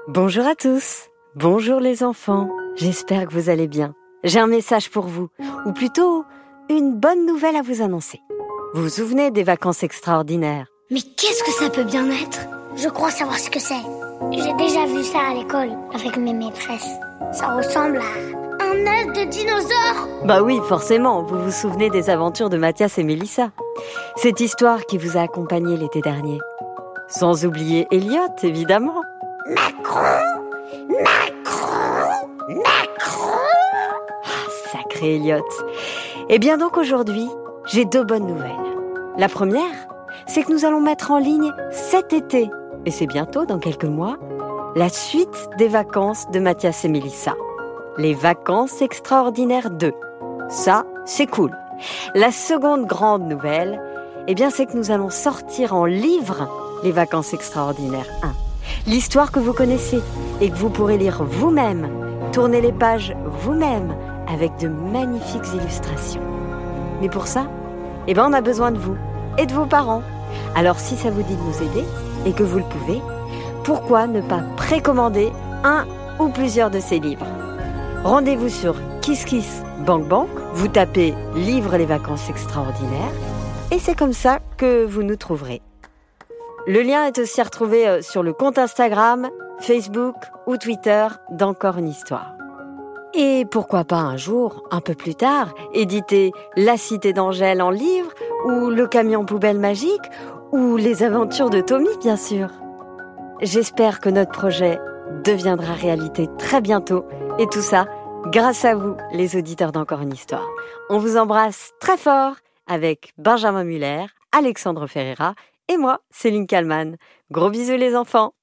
Bonjour à tous, bonjour les enfants, j'espère que vous allez bien. J'ai un message pour vous, ou plutôt une bonne nouvelle à vous annoncer. Vous vous souvenez des vacances extraordinaires? Mais qu'est-ce que ça peut bien être? Je crois savoir ce que c'est. J'ai déjà vu ça à l'école avec mes maîtresses. Ça ressemble à un œuf de dinosaure. Bah oui, forcément, vous vous souvenez des aventures de Mathias et Mélissa. Cette histoire qui vous a accompagné l'été dernier. Sans oublier Elliot, évidemment. Macron. Sacré Elliot. Et bien donc aujourd'hui, j'ai 2 bonnes nouvelles. La première, c'est que nous allons mettre en ligne cet été, et c'est bientôt, dans quelques mois, la suite des vacances de Mathias et Mélissa. Les vacances extraordinaires 2. Ça, c'est cool. La seconde grande nouvelle, c'est que nous allons sortir en livre les vacances extraordinaires 1. L'histoire que vous connaissez et que vous pourrez lire vous-même, tourner les pages vous-même avec de magnifiques illustrations. Mais pour ça, on a besoin de vous et de vos parents. Alors si ça vous dit de nous aider et que vous le pouvez, pourquoi ne pas précommander un ou plusieurs de ces livres? Rendez-vous sur KissKissBankBank, vous tapez « Livre les vacances extraordinaires » et c'est comme ça que vous nous trouverez. Le lien est aussi à retrouver sur le compte Instagram, Facebook ou Twitter d'Encore une histoire. Et pourquoi pas un jour, un peu plus tard, éditer La Cité d'Angèle en livre, ou Le Camion Poubelle Magique, ou Les Aventures de Tommy, bien sûr. J'espère que notre projet deviendra réalité très bientôt, et tout ça grâce à vous, les auditeurs d'Encore une histoire. On vous embrasse très fort avec Benjamin Muller, Alexandre Ferreira et moi, Céline Kallmann. Gros bisous les enfants!